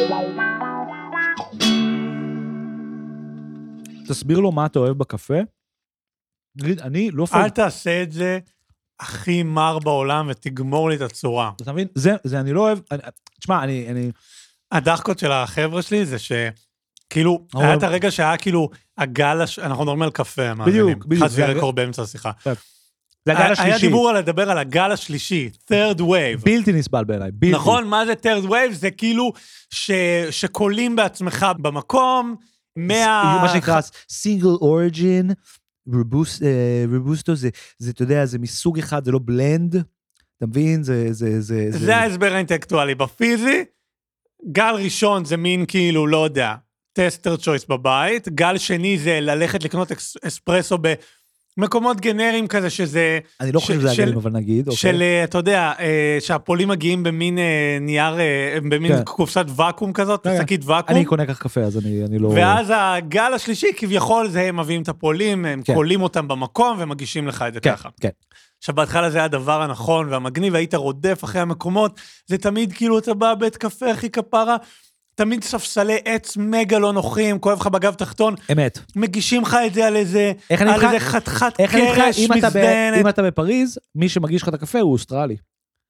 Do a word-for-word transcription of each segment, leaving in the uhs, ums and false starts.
תסביר לו מה אתה אוהב בקפה. נגיד, אני לא פוג... אל תעשה את זה הכי מר בעולם ותגמור לי את הצורה. אתה מבין? זה, זה אני לא אוהב... תשמע, אני... אני... הדחקות של החבר'ה שלי זה שכאילו, היה את הרגע שהיה כאילו הגל, אנחנו מדברים על קפה, בדיוק, בדיוק. חצי רקורד באמצע השיחה. זה הגל השלישי. היה דיבור על לדבר על הגל השלישי, third wave. בלתי נסבל בעיניי, בלתי. נכון, מה זה third wave? זה כאילו שקולים בעצמך במקום, מה... מה שנקרא single origin, רובוסטו, זה, אתה יודע, זה מסוג אחד, זה לא בלנד, אתה מבין? זה... זה ההסבר האינטלקטואלי. בפיזי, גל ראשון זה מין כאילו, לא יודע, טסטר צ'ויס בבית, גל שני זה ללכת לקנות אספרסו במקומות גנריים כזה, שזה... אני לא חושב שזה הגלים, אבל נגיד. של, אתה יודע, שהפולים מגיעים במין נייר, במין קופסת ואקום כזאת, שקית ואקום. אני קונה כך קפה, אז אני לא... ואז הגל השלישי, כביכול, זה הם מביאים את הפולים, הם קולים אותם במקום, ומגישים לך את זה ככה. כן. עכשיו, בהתחלה זה היה הדבר הנכון והמגניב, והיית רודף אחרי המקומות, זה תמיד כאילו אתה בא בית קפה הכי כפרה, תמיד ספסלי עץ מגה לא נוחים, כואב לך בגב תחתון. אמת. מגישים לך את זה על איזה, על איזה חתיכת קרש מזדיינת. אם אתה בפריז, מי שמגיש לך את הקפה הוא אוסטרלי.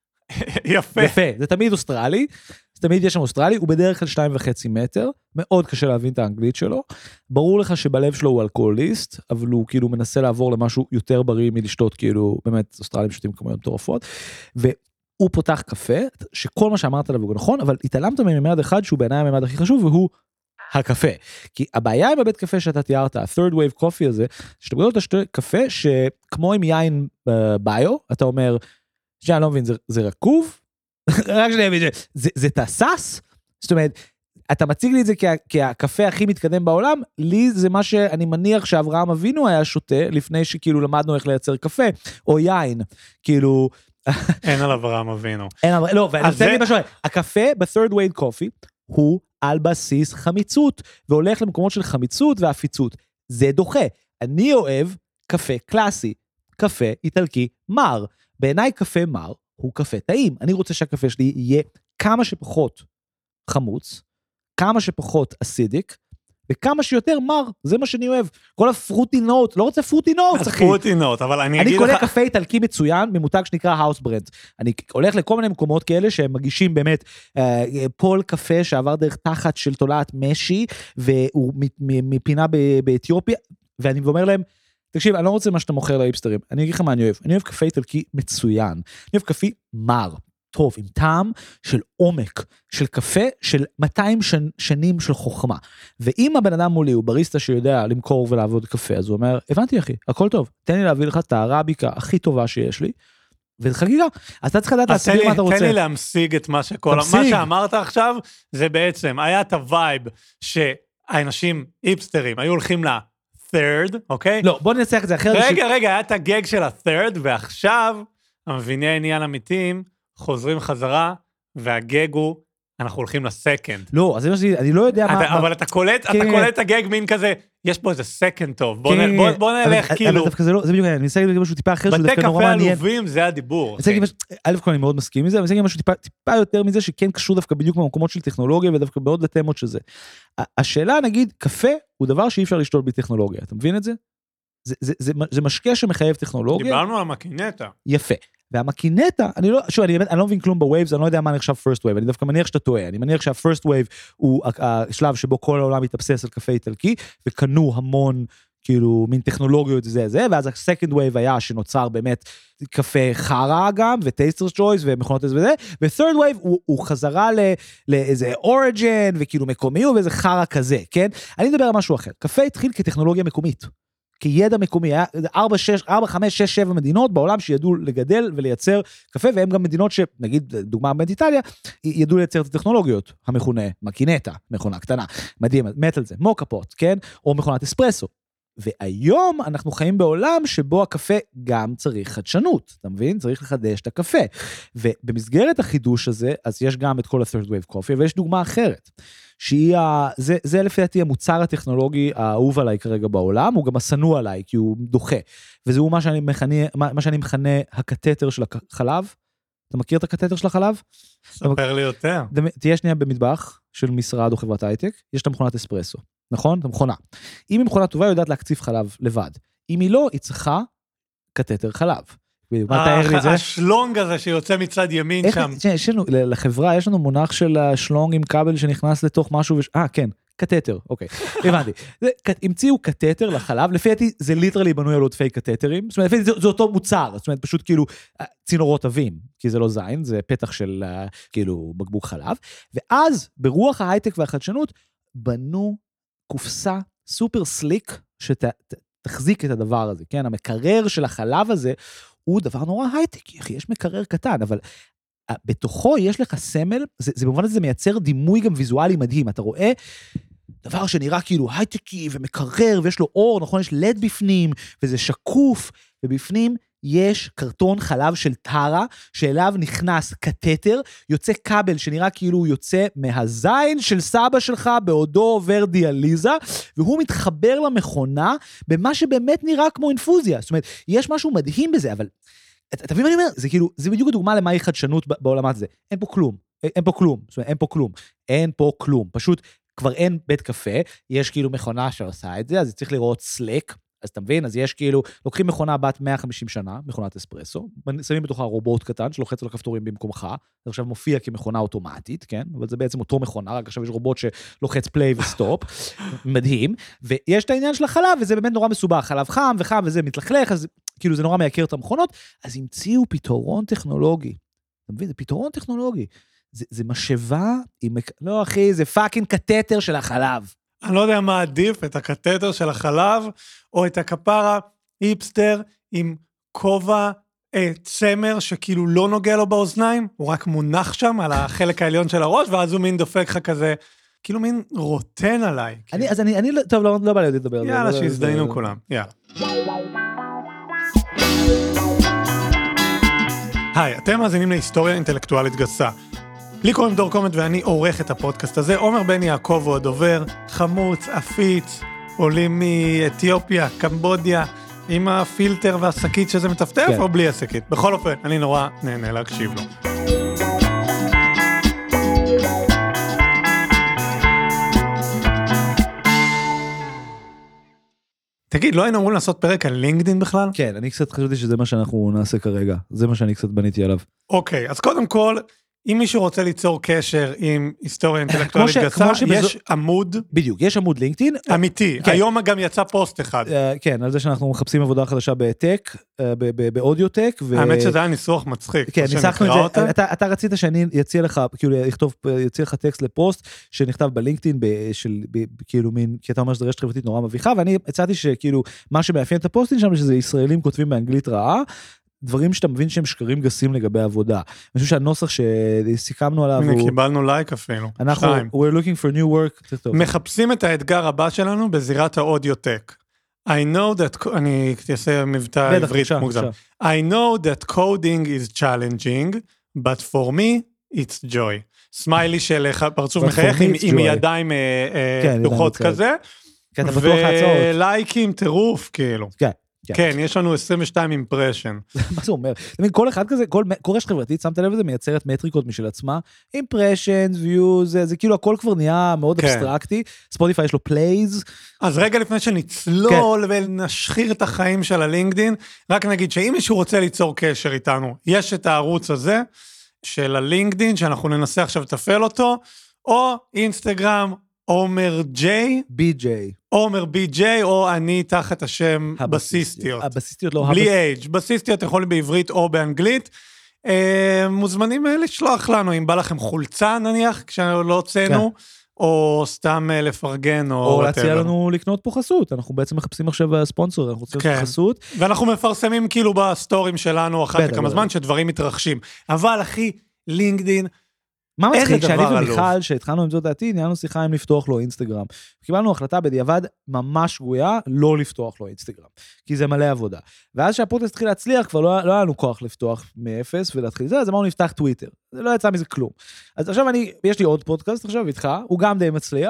יפה. יפה, זה תמיד אוסטרלי, זה תמיד יש שם אוסטרלי, הוא בדרך כלל שתיים וחצי מטר, מאוד קשה להבין את האנגלית שלו, ברור לך שבלב שלו הוא אלכוהוליסט, אבל הוא כאילו מנסה לעבור למשהו יותר בריא מלשתות, כאילו באמת אוסטרלים שותים כמויות מטורפות, והוא פותח קפה, שכל מה שאמרת עליו הוא נכון, אבל התעלמת מממד אחד שהוא בעיניי הממד הכי חשוב, והוא הקפה. כי הבעיה עם הבית קפה שאתה תיארת, ה-third wave coffee הזה, שאתה בגלל אתה שתה קפה שכמו עם יין ביו, אתה אומר, שאני לא מבין, זה, זה רקוב? רק שאני מבין, זה, זה תסס? זאת אומרת, אתה מציג לי את זה כי, כי הקפה הכי מתקדם בעולם, לי זה מה שאני מניח שאברהם אבינו היה שותה, לפני שכאילו למדנו איך לייצר קפה, או יין, כאילו... אין על אברהם אבינו. אין על... לא, ואני רוצה להגיד משהו, הקפה ב-third wave coffee, הוא על בסיס חמיצות, והולך למקומות של חמיצות ואפיצות. זה דוחה. אני אוהב קפה קלאסי, קפה איטלקי מר. בעיניי קפה מר הוא קפה טעים. אני רוצה שהקפה שלי יהיה כמה שפחות חמוץ, כמה שפחות אסידיק, וכמה שיותר מר, זה מה שאני אוהב. כל הפרוטי נוט, לא רוצה פרוטי נוט, אחי. פרוטי נוט, אבל אני אגיד לך... אני קונה קפה איטלקי מצוין, ממותג שנקרא האוס ברנד. אני הולך לכל מיני מקומות כאלה, שהם מגישים באמת אה, פול קפה שעבר דרך תחת של תולעת משי, והוא מפינה באתיופיה, ואני אומר להם, תקשיב, אני לא רוצה מה שאתה מוכר לאיפסטרים, אני אגיד לך מה אני אוהב, אני אוהב קפה איטלקי מצוין, אני אוהב קפה מר, טוב, עם טעם של עומק, של קפה של מאתיים שנים של חוכמה, ואם הבן אדם מולי הוא בריסטה שיודע למכור ולעבוד קפה, אז הוא אומר, הבנתי אחי, הכל טוב, תן לי להביא לך את הערביקה הכי טובה שיש לי, וחגיגה, אז אתה צריך לדעת להסביר מה אתה רוצה. תן לי להמשיג את מה שכל, מה שאמרת עכשיו, זה בעצם, היה את הווייב שהאנשים איפסטרים היו הולכים לה, third, אוקיי? לא, בוא ננסח את זה אחרת. רגע, רגע, היה את הגג של ה-third, ועכשיו, המביני העניין אמיתיים, חוזרים חזרה, והגג הוא, אנחנו הולכים לסקנד. לא, אז אני לא יודע מה... אבל אתה קולט, אתה קולט את הגג מין כזה, יש פה איזה סקנד טוב, בוא נלך כאילו... זה בדיוק, אני אנסה להגיד משהו טיפה אחר, בתי קפה עלובים, זה הדיבור. א' כל אני מאוד מסכים מזה, אבל אני אנסה להגיד משהו טיפה יותר מזה, שכן קשור דווקא בדיוק במקומות של טכנולוגיה, ודווקא בעוד לתמות שזה. השאלה, נגיד, קפה הוא דבר שאי אפשר לשתות בטכנולוגיה, אתה מבין את זה? זה משקה שמחייב טכנולוגיה. דיברנו על המקינטה. יפה. והמקינטה, אני לא, שוב, אני, אני לא מבין כלום בווייבס, אני לא יודע מה נחשב first wave, אני דווקא מניח שאתה טועה, אני מניח שה-first wave הוא השלב שבו כל העולם מתאבסס על קפה איטלקי, וקנו המון, כאילו, מין טכנולוגיות זה זה, ואז ה-second wave היה שנוצר באמת קפה חרה גם, ו-taster's choice, ומכונות איזה וזה, ו-third wave הוא, הוא חזרה ל, לאיזה origin, וכאילו מקומי, ואיזה חרה כזה, כן? אני מדבר על משהו אחר. קפה התחיל כטכנולוגיה מקומית. כידע מקומי, היה ארבע, חמש, שש, שבע מדינות בעולם שידעו לגדל ולייצר קפה, והם גם מדינות שנגיד, דוגמה באמת איטליה, ידעו לייצר את הטכנולוגיות, המכונה מקינטה, מכונה קטנה, מדהים, מת על זה, מוקה-פוט, כן? או מכונת אספרסו. והיום אנחנו חיים בעולם שבו הקפה גם צריך חדשנות, אתה מבין? צריך לחדש את הקפה. ובמסגרת החידוש הזה, אז יש גם את כל ה-third wave coffee, ויש דוגמה אחרת. שהיא, זה, זה לפי דעתי המוצר הטכנולוגי האהוב עליי כרגע בעולם, הוא גם הסנוע עליי, כי הוא דוחה, וזהו מה שאני מכנה, מה שאני מכנה הקתטר של החלב, אתה מכיר את הקתטר של החלב? ספר לי יותר. תהיה שנייה במטבח של משרד או חברת הייטק, יש את המכונת אספרסו, נכון? את המכונה. אם היא מכונה טובה, היא יודעת להקציף חלב לבד. אם היא לא, היא צריכה קתטר חלב. השלונג הזה שיוצא מצד ימין שם. לחברה יש לנו מונח של השלונג עם כבל שנכנס לתוך משהו, אה כן, קתטר, אוקיי, הבנתי. המציאו קתטר לחלב, לפי דעתי זה ליטרלי בנוי על עודפי קתטרים, זאת אומרת, לפי דעתי זה אותו מוצר, זאת אומרת, פשוט כאילו צינורות עבים, כי זה לא זין, זה פתח של כאילו בקבוק חלב, ואז ברוח ההייטק והחדשנות, בנו קופסה סופר סליק, שתחזיק את הדבר הזה, כן, המקרר של החלב הזה, הוא דבר נורא הייטקי, אחי, יש מקרר קטן, אבל בתוכו יש לך סמל, זה, זה במובן הזה זה מייצר דימוי גם ויזואלי מדהים, אתה רואה דבר שנראה כאילו הייטקי ומקרר, ויש לו אור, נכון, יש לד בפנים, וזה שקוף, ובפנים יש קרטון חלב של טרה, שאליו נכנס קתטר, יוצא כבל שנראה כאילו הוא יוצא מהזין של סבא שלך, בעודו עובר דיאליזה, והוא מתחבר למכונה, במה שבאמת נראה כמו אינפוזיה, זאת אומרת, יש משהו מדהים בזה, אבל אתה מבין מה אני אומר? זה כאילו, זה בדיוק הדוגמה למהי חדשנות בעולמת הזה. אין פה כלום, אין פה כלום, זאת אומרת, אין פה כלום, אין פה כלום, פשוט כבר אין בית קפה, יש כאילו מכונה שעושה את זה, אז צריך לראות סלק, אז אתה מבין, אז יש כאילו, לוקחים מכונה בת מאה וחמישים שנה, מכונת אספרסו, שמים בתוכה רובוט קטן, שלוחץ על הכפתורים במקומך, זה עכשיו מופיע כמכונה אוטומטית, כן? אבל זה בעצם אותו מכונה, רק עכשיו יש רובוט שלוחץ פליי וסטופ, מדהים, ויש את העניין של החלב, וזה באמת נורא מסובך, חלב חם וחם, וזה מתלכלך, אז כאילו זה נורא מייקר את המכונות, אז המציאו פתרון טכנולוגי, אתה מבין? זה פתרון טכנולוגי, זה, זה משאבה, עם... לא אחי, זה פאקינג קתטר של החלב. אני לא יודע מה עדיף, את הקתטר של החלב, או את הכפרה היפסטר עם כובע אה, צמר שכאילו לא נוגע לו באוזניים, הוא רק מונח שם על החלק העליון של הראש, ואז הוא מין דופק לך כזה, כאילו מין רוטן עליי. אני, אז אני, אני, טוב, לא, לא בא לי לדבר. יאללה, שהזדיינו כולם, יאללה. היי, אתם מאזינים להיסטוריה אינטלקטואלית גסה. לי קוראים דור קומט ואני עורך את הפודקאסט הזה. עומר בן יעקב הוא הדובר, חמוץ, אפיץ, עולים מאתיופיה, קמבודיה, עם הפילטר והשקית שזה מטפטף, כן. או בלי השקית. בכל אופן, אני נורא נהנה להקשיב לו. תגיד, לא היינו אמורים לעשות פרק על לינקדין בכלל? כן, אני קצת חשבתי שזה מה שאנחנו נעשה כרגע. זה מה שאני קצת בניתי עליו. אוקיי, אז קודם כל, אם מישהו רוצה ליצור קשר עם היסטוריה אינטלקטואלית גסה, יש עמוד. בדיוק, יש עמוד לינקדאין. אמיתי, היום גם יצא פוסט אחד. כן, על זה שאנחנו מחפשים עבודה חדשה בטק, באודיוטק. האמת שזה היה ניסוח מצחיק. כן, ניסחנו את זה. אתה רצית שאני יציע לך, כאילו, יציע לך טקסט לפוסט, שנכתב בלינקדאין, כאילו מין, כי אתה אומר שזה רשת חברתית נורא מביכה, ואני הצעתי שכאילו, מה שמאפיין את הפוסטים שם, שזה ישראלים כותבים באנגלית רעה, דברים שאתה מבין שהם שקרים גסים לגבי העבודה. אני חושב שהנוסח שסיכמנו עליו הוא... קיבלנו לייק אפילו. אנחנו, we're looking for new work. מחפשים את האתגר הבא שלנו בזירת האודיוטק. I know that... אני אעשה מבטא עברית מוגזם. I know that coding is challenging, but for me, it's joy. סמיילי של פרצוף מחייך עם ידיים פתוחות כזה. ולייקים טירוף, כאילו. כן. כן, יש לנו עשרים ושתיים אימפרשן. מה זה אומר? כל אחד כזה, כל רשת חברתית, שמת לב לזה, מייצרת מטריקות משל עצמה, אימפרשן, ויוז, זה כאילו הכל כבר נהיה מאוד אבסטרקטי, ספוטיפיי יש לו פלייז. אז רגע לפני שנצלול ונשחיר את החיים של הלינקדין, רק נגיד שאם מישהו רוצה ליצור קשר איתנו, יש את הערוץ הזה של הלינקדין, שאנחנו ננסה עכשיו לתפעל אותו, או אינסטגרם, עומר ג'יי, בי ג'יי, עומר בי ג'יי, או אני תחת השם בסיסטיות. הבסיסטיות לא... בלי אייג', בסיסטיות יכולים בעברית או באנגלית. מוזמנים לשלוח לנו, אם בא לכם חולצה נניח, כשלא הוצאנו, או סתם לפרגן, או... או להציע לנו לקנות פה חסות, אנחנו בעצם מחפשים עכשיו ספונסור, אנחנו רוצים חסות. ואנחנו מפרסמים כאילו בסטורים שלנו, אחת לכמה זמן, שדברים מתרחשים. אבל אחי, לינקדין, מה מצחיק, שאני ומיכל, שהתחלנו עם זאת דעתי, נהיינו שיחה עם לפתוח לו אינסטגרם. קיבלנו החלטה בדיעבד ממש גויה, לא לפתוח לו אינסטגרם, כי זה מלא עבודה. ואז שהפודקאסט התחיל להצליח, כבר לא, לא היה לנו כוח לפתוח מאפס ולהתחיל זה, אז אמרנו נפתח טוויטר. זה לא יצא מזה כלום. אז עכשיו אני, יש לי עוד פודקאסט עכשיו איתך, הוא גם די מצליח,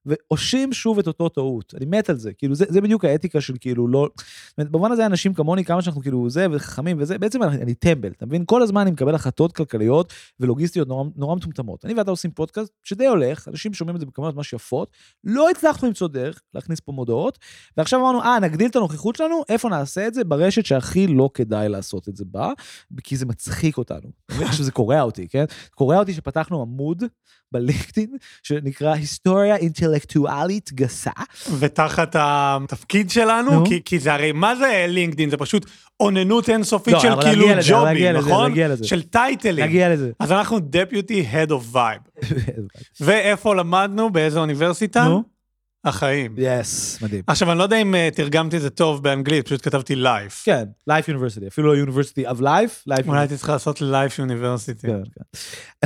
ועושים שוב את אותו טעות. אני מת על זה. כאילו, זה, זה בדיוק האתיקה של כאילו לא... במובן הזה אנשים כמוני, כמה שאנחנו כאילו זה וחכמים וזה, בעצם אני, אני טמבל, אתה מבין? כל הזמן אני מקבל החלטות כלכליות ולוגיסטיות נורא, נורא מטומטמות. אני ואתה עושים פודקאסט שדי הולך, אנשים שומעים את זה בכמויות ממש יפות, לא הצלחנו למצוא דרך להכניס פה מודעות, ועכשיו אמרנו, אה, נגדיל את הנוכחות שלנו, איפה נעשה את זה? ברשת שהכי לא כדאי לעשות את זה בה, כי זה מצחיק אותנו. שזה קורע אותי, כן? קורע אותי שפתחנו עמוד בלינקדאין, שנקרא היסטוריה אינטלקטואלית גסה. ותחת התפקיד שלנו, כי, כי זה הרי, מה זה לינקדאין? זה פשוט עוננות אינסופית של כאילו ג'ובים, נכון? של טייטלים. נגיע לזה. אז אנחנו Deputy Head of Vibe. ואיפה למדנו? באיזה אוניברסיטה? נו? החיים. יס, מדהים. עכשיו, אני לא יודע אם תרגמתי את זה טוב באנגלית, פשוט כתבתי Life. כן, Life University, אפילו לא University of Life. אולי הייתי צריך לעשות Life University. כן, כן.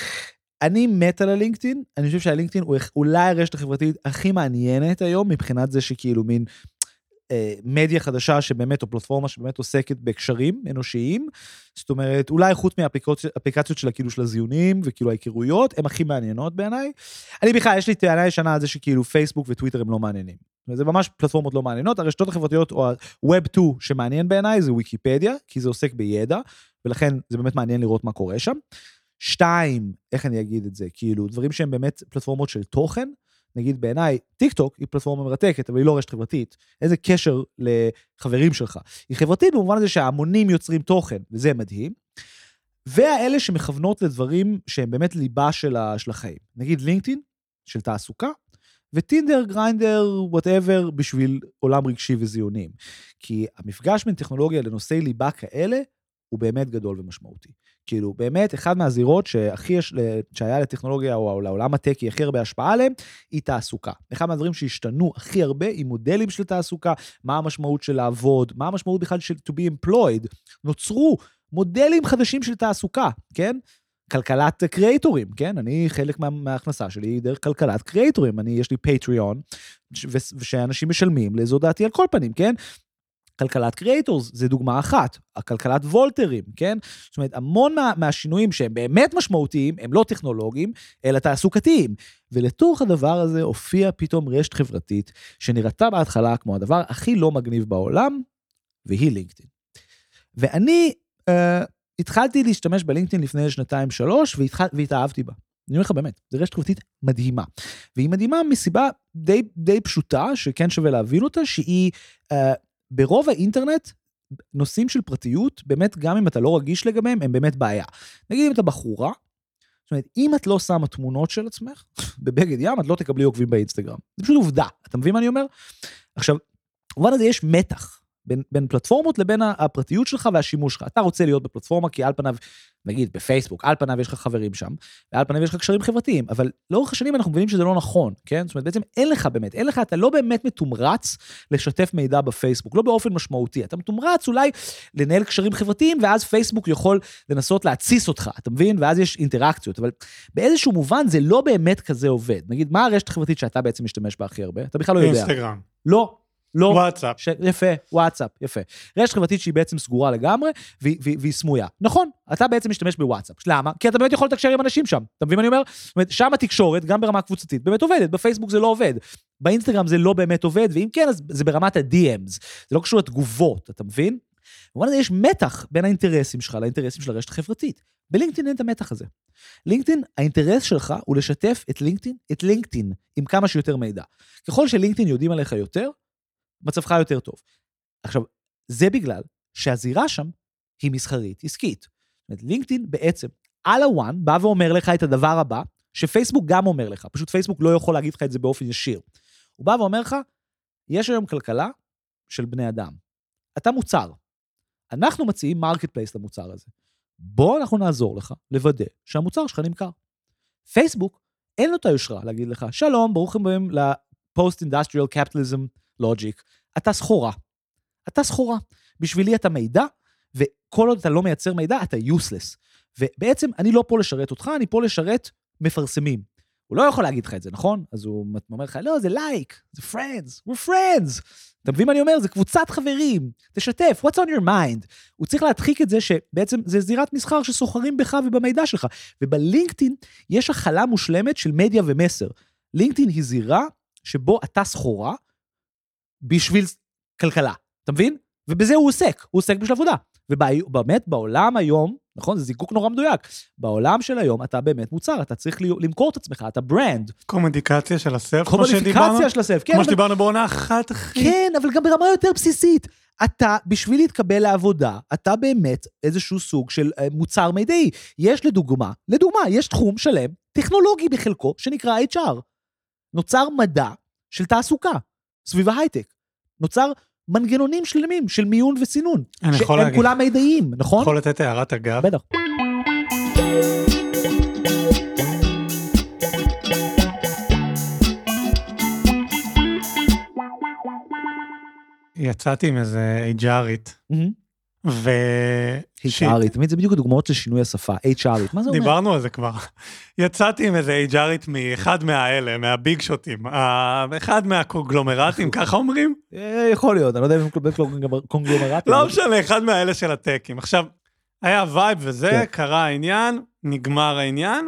אני מת על הלינקדאין, אני חושב שהלינקדאין הוא אולי הרשת החברתית הכי מעניינת היום, מבחינת זה שכאילו מין אה, מדיה חדשה שבאמת, או פלטפורמה שבאמת עוסקת בקשרים אנושיים, זאת אומרת, אולי חוץ מהאפליקציות של כאילו של הזיונים, וכאילו ההיכרויות, הן הכי מעניינות בעיניי. אני בכלל, יש לי טענה ישנה על זה שכאילו פייסבוק וטוויטר הם לא מעניינים. זה ממש פלטפורמות לא מעניינות, הרשתות החברתיות, או ה-ווב טו שמעניין בעיניי, זה ויקיפדיה, כי זה עוסק בידע, ולכן זה באמת מעניין לראות מה קורה שם. שתיים, איך אני אגיד את זה, כאילו, דברים שהם באמת פלטפורמות של תוכן, נגיד בעיניי, טיק טוק היא פלטפורמה מרתקת, אבל היא לא רשת חברתית. איזה קשר לחברים שלך? היא חברתית במובן הזה שההמונים יוצרים תוכן, וזה מדהים. והאלה שמכוונות לדברים שהם באמת ליבה של החיים. נגיד לינקדאין, של תעסוקה, וטינדר, גריינדר, whatever, בשביל עולם רגשי וזיונים. כי המפגש בין טכנולוגיה לנושאי ליבה כאלה, הוא באמת גדול ומשמעותי. כאילו, באמת, אחד מהזירות שהכי יש, שהיה לטכנולוגיה או לעולם הטקי הכי הרבה השפעה עליהם, היא תעסוקה. אחד מהדברים שהשתנו הכי הרבה, עם מודלים של תעסוקה, מה המשמעות של לעבוד, מה המשמעות בכלל של to be employed, נוצרו מודלים חדשים של תעסוקה, כן? כלכלת קריאטורים, כן? אני חלק מה, מההכנסה שלי דרך כלכלת קריאטורים, אני, יש לי פטריון, ושאנשים משלמים לאיזו דעתי על כל פנים, כן? כלכלת קריאטורס, זה דוגמה אחת, הכלכלת וולטרים, כן? זאת אומרת, המון מה, מהשינויים שהם באמת משמעותיים, הם לא טכנולוגיים, אלא תעסוקתיים. ולתוך הדבר הזה הופיע פתאום רשת חברתית, שנראתה בהתחלה כמו הדבר הכי לא מגניב בעולם, והיא לינקדאין. ואני אה, התחלתי להשתמש בלינקדאין לפני שנתיים שלוש, והתחל, והתאהבתי בה. אני אומר לך באמת, זו רשת חברתית מדהימה. והיא מדהימה מסיבה די, די פשוטה, שכן שווה להבין אותה, שהיא... אה, ברוב האינטרנט, נושאים של פרטיות, באמת גם אם אתה לא רגיש לגביהם, הם באמת בעיה. נגיד אם אתה בחורה, זאת אומרת, אם את לא שמה תמונות של עצמך, בבגד ים, את לא תקבלי עוקבים באינסטגרם. זה פשוט עובדה, אתה מבין מה אני אומר? עכשיו, במובן הזה יש מתח, בין, בין פלטפורמות לבין הפרטיות שלך והשימוש שלך. אתה רוצה להיות בפלטפורמה, כי על פניו, נגיד בפייסבוק, על פניו יש לך חברים שם, ועל פניו יש לך קשרים חברתיים, אבל לאורך השנים אנחנו מבינים שזה לא נכון, כן? זאת אומרת, בעצם אין לך באמת, אין לך, אתה לא באמת מתומרץ לשתף מידע בפייסבוק, לא באופן משמעותי, אתה מתומרץ אולי לנהל קשרים חברתיים, ואז פייסבוק יכול לנסות להציס אותך, אתה מבין? ואז יש אינטראקציות, אבל באיזשהו מובן זה לא באמת כזה עובד. נגיד, מה הרשת החברתית שאתה בעצם משתמש בה הכי הרבה? אתה בכלל לא יודע. אינסטגרם. לא. לא, וואטסאפ. ש... יפה, וואטסאפ, יפה. רשת חברתית שהיא בעצם סגורה לגמרי, והיא, והיא, והיא סמויה. נכון, אתה בעצם משתמש בוואטסאפ. למה? כי אתה באמת יכול לתקשר עם אנשים שם. אתה מבין מה אני אומר? זאת אומרת, שם התקשורת, גם ברמה קבוצתית, באמת עובדת. בפייסבוק זה לא עובד. באינסטגרם זה לא באמת עובד, ואם כן, אז זה ברמת ה-די אמס. זה לא קשור לתגובות, אתה מבין? במובן הזה יש מתח בין האינטרסים שלך לאינטרסים של הרשת החברתית. בלינקדאין אין את המתח הזה. לינקדאין, האינטרס שלך הוא לשתף את לינקדאין, את לינקדאין עם כמה שיותר מידע. ככל שלינקדאין יודעים עליך יותר, מצבך יותר טוב. עכשיו, זה בגלל שהזירה שם היא מסחרית, עסקית. זאת אומרת, לינקדאין בעצם, על הוואן, בא ואומר לך את הדבר הבא, שפייסבוק גם אומר לך, פשוט פייסבוק לא יכול להגיד לך את זה באופן ישיר. הוא בא ואומר לך, יש היום כלכלה של בני אדם. אתה מוצר. אנחנו מציעים מרקט פלייס למוצר הזה. בוא אנחנו נעזור לך לוודא שהמוצר שלך נמכר. פייסבוק, אין לו את היושרה להגיד לך, שלום, ברוכים הבאים ל-Post-Industrial Capitalism לוג'יק, אתה סחורה. אתה סחורה. בשבילי אתה מידע, וכל עוד אתה לא מייצר מידע, אתה useless. ובעצם אני לא פה לשרת אותך, אני פה לשרת מפרסמים. הוא לא יכול להגיד לך את זה, נכון? אז הוא אומר לך, לא, זה לייק, זה friends, we're friends. אתה מבין מה אני אומר? זה קבוצת חברים. תשתף, what's on your mind? הוא צריך להדחיק את זה שבעצם זה זירת מסחר שסוחרים בך ובמידע שלך. ובלינקדאין יש החלה מושלמת של מדיה ומסר. לינקדאין היא זירה שבו אתה סחורה בשביל כלכלה, אתה מבין? ובזה הוא עוסק, הוא עוסק בשביל עבודה. ובאמת בעולם היום, נכון? זה זיקוק נורא מדויק. בעולם של היום אתה באמת מוצר, אתה צריך למכור את עצמך, אתה ברנד. קומדיקציה של הסלף, כמו שדיברנו. קומדיקציה של הסלף, כן. כמו שדיברנו בעונה אחת, אחי. כן, אבל גם ברמה יותר בסיסית. אתה, בשביל להתקבל לעבודה, אתה באמת איזשהו סוג של מוצר מידעי. יש לדוגמה, לדוגמה, יש תחום שלם, טכנולוגי בחלקו, שנקרא אייץ' אר. נוצר מדע של תעסוקה, סביב ההייטק. נוצר מנגנונים שלמים של מיון וסינון. שהם כולם מידעיים, נכון? יכול לתת הערת אגב? בטח. יצאתי עם איזה אייץ' ארית. ו... אייץ' ארית, תמיד זה בדיוק הדוגמאות לשינוי השפה, אייץ' ארית, מה זה אומר? דיברנו על זה כבר. יצאתי עם איזה אייץ' ארית מאחד מהאלה, מהביג שוטים, אחד מהקונגלומרטים, ככה אומרים? יכול להיות, אני לא יודע אם הם קונגלומרטים. לא משנה, אחד מהאלה של הטקים. עכשיו, היה וייב וזה, קרה העניין, נגמר העניין,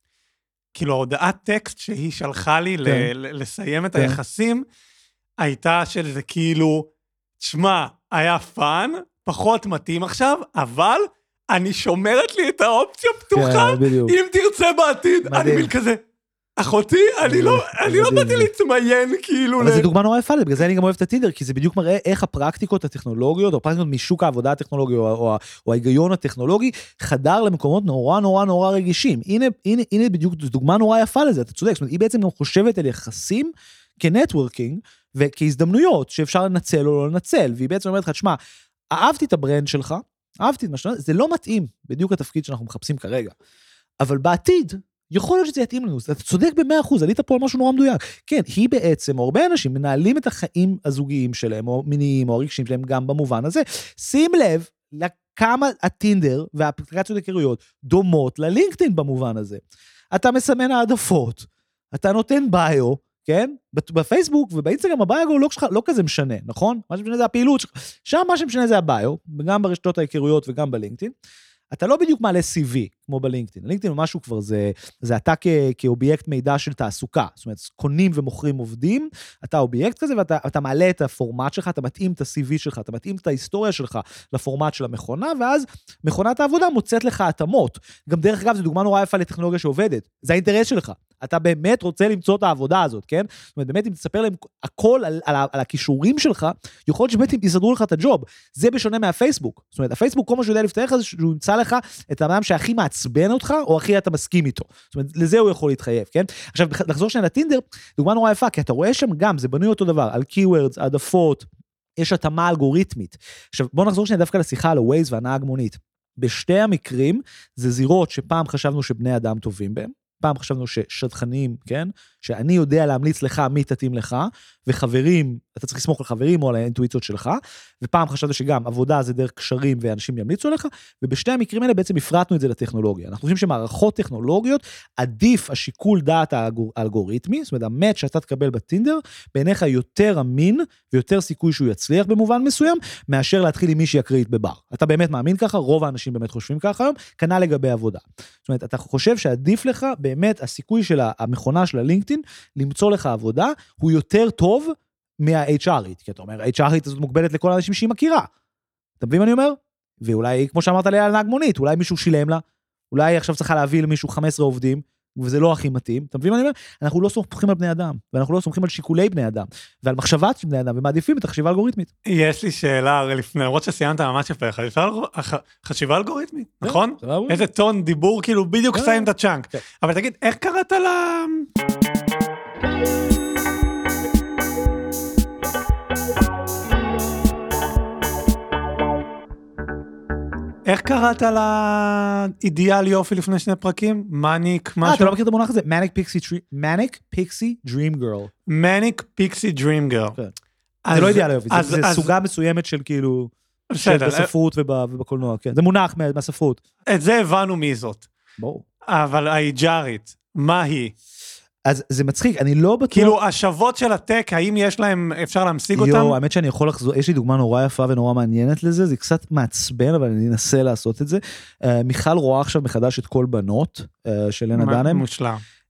כאילו ההודעת טקסט שהיא שלחה לי לסיים את היחסים, הייתה של זה כאילו, שמה, היה פאן, פחות מתאים עכשיו, אבל אני שומרת לי את האופציה פתוחה, אם תרצה בעתיד, אני מיל כזה, אחותי, אני לא באתי להתמיין כאילו. אבל זה דוגמה נורא יפה, בגלל זה אני גם אוהב את הטינדר, כי זה בדיוק מראה איך הפרקטיקות הטכנולוגיות, או הפרקטיקות משוק העבודה הטכנולוגי, או ההיגיון הטכנולוגי, חדר למקומות נורא נורא נורא רגישים. הנה בדיוק דוגמה נורא יפה לזה, אתה צודק, זאת אומרת, היא בעצם גם חושבת על יחסים כנטוורקינג, וכהזדמנויות שאפשר לנצל או לא לנצל, והיא בעצם אומרת לך, תשמע, אהבתי את הברנד שלך, אהבתי את מה שאתה, זה לא מתאים, בדיוק התפקיד שאנחנו מחפשים כרגע, אבל בעתיד, יכול להיות שזה יתאים לנו, אתה צודק במאה אחוז, עלית פה על משהו נורא מדויק, כן, היא בעצם, או הרבה אנשים מנהלים את החיים הזוגיים שלהם, או מיניים, או הרגשים שלהם, גם במובן הזה, שים לב, לכמה הטינדר והאפליקציות היכרויות דומות ללינקדאין במובן הזה. אתה מסמן העדפות, אתה נותן ביו, כן? בפייסבוק ובאינסטגרם הביו לא, לא כזה משנה, נכון? מה שמשנה זה הפעילות שלך. שם מה שמשנה זה הביו, וגם ברשתות ההיכרויות וגם בלינקדאין. אתה לא בדיוק מעלה סי וי, כמו בלינקדאין. לינקדאין משהו כבר זה, זה אתה כ, כאובייקט מידע של תעסוקה. זאת אומרת, קונים ומוכרים עובדים, אתה אובייקט כזה, ואתה אתה מעלה את הפורמט שלך, אתה מתאים את ה-סי וי שלך, אתה מתאים את ההיסטוריה שלך לפורמט של המכונה, ואז מכונת העבודה מוצאת לך התאמות. גם דרך אגב, זו דוגמה נורא יפה לטכנולוגיה שעובדת. זה האינטרס שלך. אתה באמת רוצה למצוא את העבודה הזאת, כן? זאת אומרת, באמת, אם תספר להם הכל על, על, על הכישורים שלך, יכול להיות שבאמת הם יסדרו לך את הג'וב. זה בשונה מהפייסבוק. זאת אומרת, הפייסבוק, כל מה שהוא יודע לפתח זה שהוא ימצא לך את האדם שהכי מעצבן אותך, או הכי אתה מסכים איתו. זאת אומרת, לזה הוא יכול להתחייב, כן? עכשיו, לחזור שנייה לטינדר, דוגמה נורא יפה, כי אתה רואה שם גם, זה בנוי אותו דבר, על keywords, העדפות, יש התאמה אלגוריתמית. עכשיו, בוא נחזור שנייה דווקא לשיחה על ה-Waze והנהג מונית. בשתי המקרים, זה זירות שפעם חשבנו שבני אדם טובים בהם, פעם חשבנו ששדכנים, כן? שאני יודע להמליץ לך מי תתאים לך, וחברים, אתה צריך לסמוך על חברים או על האינטואיציות שלך, ופעם חשבנו שגם עבודה זה דרך קשרים ואנשים ימליצו לך, ובשתי המקרים האלה בעצם הפרטנו את זה לטכנולוגיה. אנחנו חושבים שמערכות טכנולוגיות, עדיף השיקול דעת האלגוריתמי, זאת אומרת, המאץ' שאתה תקבל בטינדר, בעיניך יותר אמין, ויותר סיכוי שהוא יצליח במובן מסוים, מאשר להתחיל עם מישהי אקראית בבר. אתה באמת מאמין ככה, רוב האנשים באמת חושבים ככה היום, כנ"ל לגבי עבודה. זאת אומרת, אתה חושב שעדיף לך, באמת, הסיכוי של המכונה של הלינקדאין, למצוא לך עבודה, הוא יותר טוב מה-אייץ' ארית, כי אתה אומר, ה-אייץ' ארית הזאת מוגבלת לכל האנשים שהיא מכירה. אתה מבין מה אני אומר? ואולי, כמו שאמרת לי על נהג מונית, אולי מישהו שילם לה, אולי עכשיו צריכה להביא למישהו חמישה עשר עובדים, וזה לא הכי מתאים. אתה מבין מה אני אומר? אנחנו לא סומכים על בני אדם, ואנחנו לא סומכים על שיקולי בני אדם, ועל מחשבת של בני אדם, ומעדיפים את החשיבה האלגוריתמית. יש לי שאלה לפני, למרות שסיימת ממש יפה, חשיבה אלגוריתמית, נכון? איזה טון דיבור, כאילו בדיוק סיים את הצ'אנק. אבל תגיד, איך קראת ל... איך קראת לאידיאל יופי לפני שני פרקים? מניק, משהו? אה, אתה לא מכיר את המונח הזה? Manic Pixie Dream Girl. Manic Pixie Dream Girl. זה לא אידיאל יופי, זה סוגה מסוימת של כאילו, בספרות ובקולנוע, כן. זה מונח מהספרות. את זה הבנו מי זאת. ברור. אבל האיג'רית, מה היא? אז זה מצחיק, אני לא בטוח... כאילו, השוות של הטק, האם יש להם, אפשר להמשיג אותם? יו, האמת שאני יכול לחזור, יש לי דוגמה נורא יפה ונורא מעניינת לזה, זה קצת מעצבן, אבל אני אנסה לעשות את זה. מיכל רואה עכשיו מחדש את כל בנות של לנה דנם. מושלם.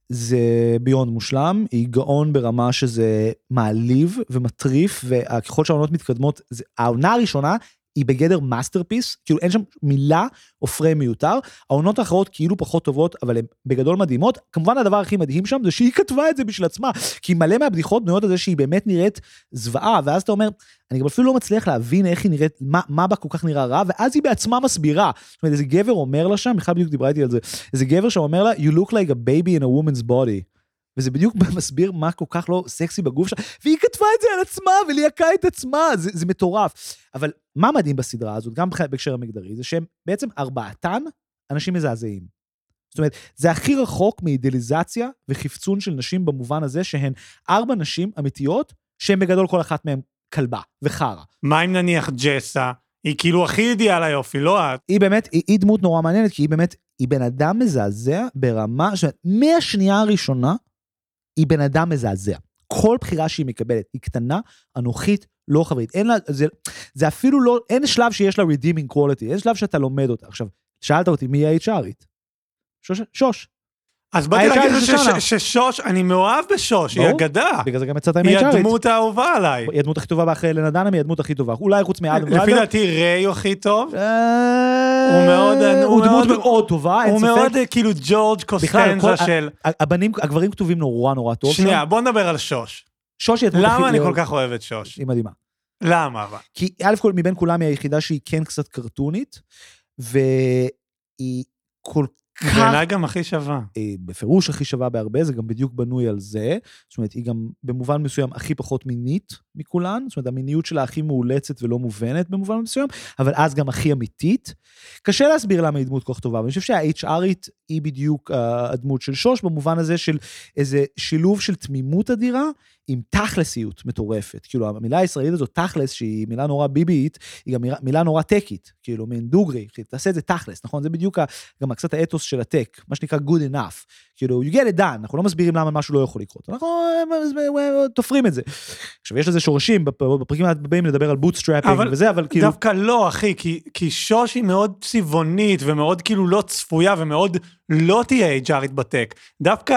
זה ביונד מושלם, היא גאון ברמה שזה מעליב ומטריף, וככל שהעונות מתקדמות, זה, העונה הראשונה היא בגדר מאסטרפיס, כאילו אין שם מילה או פריים מיותר, העונות האחרות כאילו פחות טובות, אבל הן בגדול מדהימות, כמובן הדבר הכי מדהים שם, זה שהיא כתבה את זה בשביל עצמה, כי מלא מהבדיחות בנויות על זה שהיא באמת נראית זוועה, ואז אתה אומר, אני גם אפילו לא מצליח להבין איך היא נראית, מה, מה בה כל כך נראה רע, ואז היא בעצמה מסבירה, זאת אומרת, איזה גבר אומר לה שם, בכלל בדיוק דיברה איתי על זה, איזה גבר שאומר לה, you look like a baby in a woman's body, וזה בדיוק מסביר מה כל כך לא סקסי בגוף שלה, והיא כתבה את זה על עצמה, וליהקה את עצמה, זה, זה מטורף. אבל מה מדהים בסדרה הזאת, גם בהקשר המגדרי, זה שהם בעצם ארבעתן אנשים מזעזעים. זאת אומרת, זה הכי רחוק מאידליזציה וחפצון של נשים במובן הזה, שהן ארבע נשים אמיתיות, שהן בגדול כל אחת מהן כלבה וחרה. מה אם נניח ג'סה? היא כאילו הכי אידיאל היופי, לא את? היא באמת, היא, היא דמות נורא מעניינת, כי היא באמת, היא בן אדם מזעזע ברמה, זאת אומרת, מהשנייה הראשונה, היא בן אדם מזעזע. כל בחירה שהיא מקבלת, היא קטנה, אנוכית, לא חברית. אין לה, זה, זה אפילו לא, אין שלב שיש לה redeeming quality, אין שלב שאתה לומד אותה. עכשיו, שאלת אותי, מי היא ה-אייץ' אר'ית? שוש, שוש. אז באתי להגיד ששוש, אני מאוהב בשוש, היא אגדה. בגלל זה גם יצאת עם אייץ' אר'ית. היא הדמות האהובה עליי. היא הדמות הכי טובה באחרי אלן אדאם, היא הדמות הכי טובה. אולי חוץ מאדם. לפי דעתי ריי הוא הכי טוב. הוא מאוד, הוא דמות מאוד טובה. הוא מאוד כאילו ג'ורג' קוסטנזה של... הבנים, הגברים כתובים נורא נורא טוב. שנייה, בוא נדבר על שוש. שוש היא הדמות הכי... למה אני כל כך אוהב את שוש? היא מדהימה. למה אבל? כי א' כל מבין כולם היא היחידה שהיא כן קצת קרטונית, והיא כל כך... בעיניי גם הכי שווה. בפירוש הכי שווה בהרבה, זה גם בדיוק בנוי על זה, זאת אומרת, היא גם במובן מסוים הכי פחות מינית מכולן, זאת אומרת, המיניות שלה הכי מאולצת ולא מובנת במובן מסוים, אבל אז גם הכי אמיתית. קשה להסביר למה היא דמות כל כך טובה, אבל אני חושב שה-אייץ' אר'ית היא בדיוק uh, הדמות של שוש, במובן הזה של איזה שילוב של תמימות אדירה, עם תכלסיות מטורפת, כאילו המילה הישראלית הזאת, תכלס, שהיא מילה נורא ביבית, היא גם מילה נורא טקית, כאילו מין דוגרי, תעשה את זה תכלס, נכון? זה בדיוק גם קצת האתוס של הטק, מה שנקרא good enough, כאילו, you get it done, אנחנו לא מסבירים למה משהו לא יכול לקרות, אנחנו תופרים את זה. עכשיו, יש לזה שורשים, בפרקים הבאים לדבר על בוטסטראפינג וזה, אבל כאילו... דווקא לא, אחי, כי, כי שוש היא מאוד צבעונית, ומאוד כאילו לא צפויה, ומאוד לא תהיה אייץ' אר'ית בטק. דווקא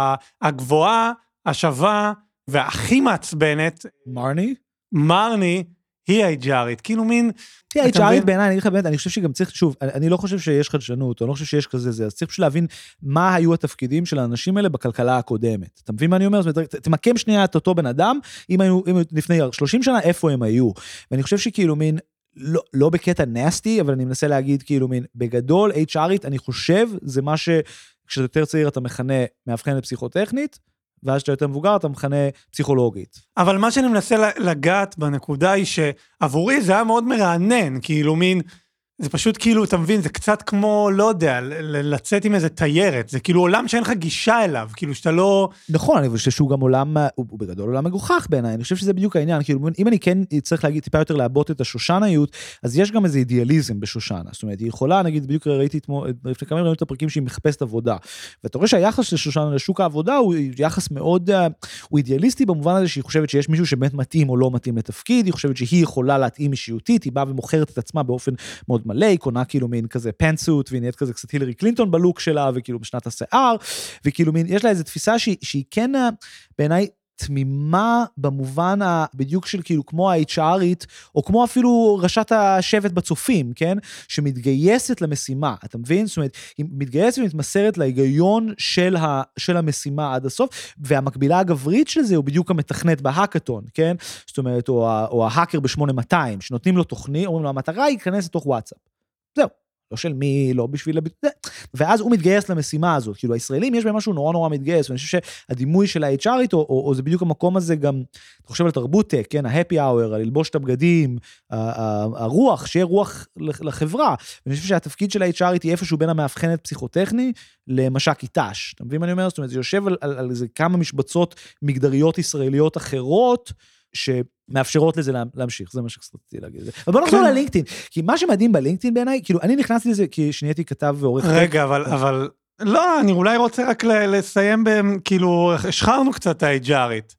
הגבוהה, השווה, והכי מעצבנת, מרני? מרני, היא אייץ' אר'ית, כאילו מין... היא אייץ' אר'ית בעיניי, אני אגיד לך באמת, אני חושב שגם צריך, שוב, אני לא חושב שיש חדשנות, אני לא חושב שיש כזה זה, אז צריך פשוט להבין מה היו התפקידים של האנשים האלה בכלכלה הקודמת. אתה מבין מה אני אומר? זאת אומרת, תמקם שנייה את אותו בן אדם, אם היו לפני שלושים שנה, איפה הם היו? ואני חושב שכאילו מין, לא, לא בקטע נסטי, אבל אני מנסה להגיד כאילו מין, בגדול, אייץ' אר'ית, אני חושב, זה מה ש, כשאתה יותר צעיר אתה מכנה, מאבחנת פסיכוטכנית, ואז שאתה יותר מבוגר, אתה מכנה פסיכולוגית. אבל מה שאני מנסה לגעת בנקודה היא שעבורי זה היה מאוד מרענן, כאילו מין, זה פשוט כאילו, אתה מבין, זה קצת כמו, לא יודע, לצאת עם איזה תיירת, זה כאילו עולם שאין לך גישה אליו, כאילו שאתה לא... נכון, אני חושב שהוא גם עולם, הוא בגדול עולם מגוחך בעיניי, אני חושב שזה בדיוק העניין, כאילו אם אני כן צריך להגיד טיפה יותר לעבוד את השושניות, אז יש גם איזה אידיאליזם בשושנה, זאת אומרת, היא יכולה, נגיד, בדיוק ראיתי לפני כמה ראינו את הפרקים שהיא מחפשת עבודה, ואתה רואה שהיחס של שושנה לשוק העבודה הוא יחס מאוד, הוא אידיאליסטי במובן הזה שהיא חושבת שיש מישהו שבאמת מתאים או לא מתאים לתפקיד, היא חושבת שהיא יכולה להתאים אישיותית, היא באה ומוכרת את עצמה באופן מאוד מלא, היא קונה כאילו מין כזה פנסוט, והיא נהיית כזה קצת הילרי קלינטון בלוק שלה, וכאילו בשנת השיער, וכאילו מין, יש לה איזו תפיסה שהיא, שהיא כן בעיניי תמימה במובן בדיוק של כאילו כמו ה-אייץ' אר'ית, או כמו אפילו ראשת השבט בצופים, כן? שמתגייסת למשימה, אתה מבין? זאת אומרת, היא מתגייסת ומתמסרת להיגיון של, ה, של המשימה עד הסוף, והמקבילה הגברית של זה הוא בדיוק המתכנת בהאקתון, כן? זאת אומרת, או, או ההאקר ב-שמונה מאתיים, שנותנים לו תוכנית, אומרים לו, המטרה היא להיכנס לתוך וואטסאפ. זהו. לא של מי, לא בשביל... ואז הוא מתגייס למשימה הזאת, כאילו הישראלים יש בהם משהו נורא נורא מתגייס, ואני חושב שהדימוי של ה-אייץ' אר'ית, או, או, או זה בדיוק המקום הזה גם, אתה חושב על תרבות טק, כן, ה-happy hour, על ללבוש את הבגדים, הרוח, שיהיה רוח לחברה, ואני חושב שהתפקיד של ה-אייץ' אר'ית היא איפשהו בין המאבחנת פסיכוטכני למשק איתש, אתה מבין מה אני אומר? זאת אומרת, זה יושב על, על, על איזה כמה משבצות מגדריות ישראליות אחרות, שמאפשרות לזה להמשיך, זה מה שרציתי להגיד. אבל בוא נחזור ללינקדאין, כי מה שמדהים בלינקדאין בעיניי, כאילו אני נכנסתי לזה כי שנהייתי כתב ועורך... רגע, אבל, אבל, לא, אני אולי רוצה רק לסיים בהם, כאילו, השחרנו קצת האייץ' אר'ית.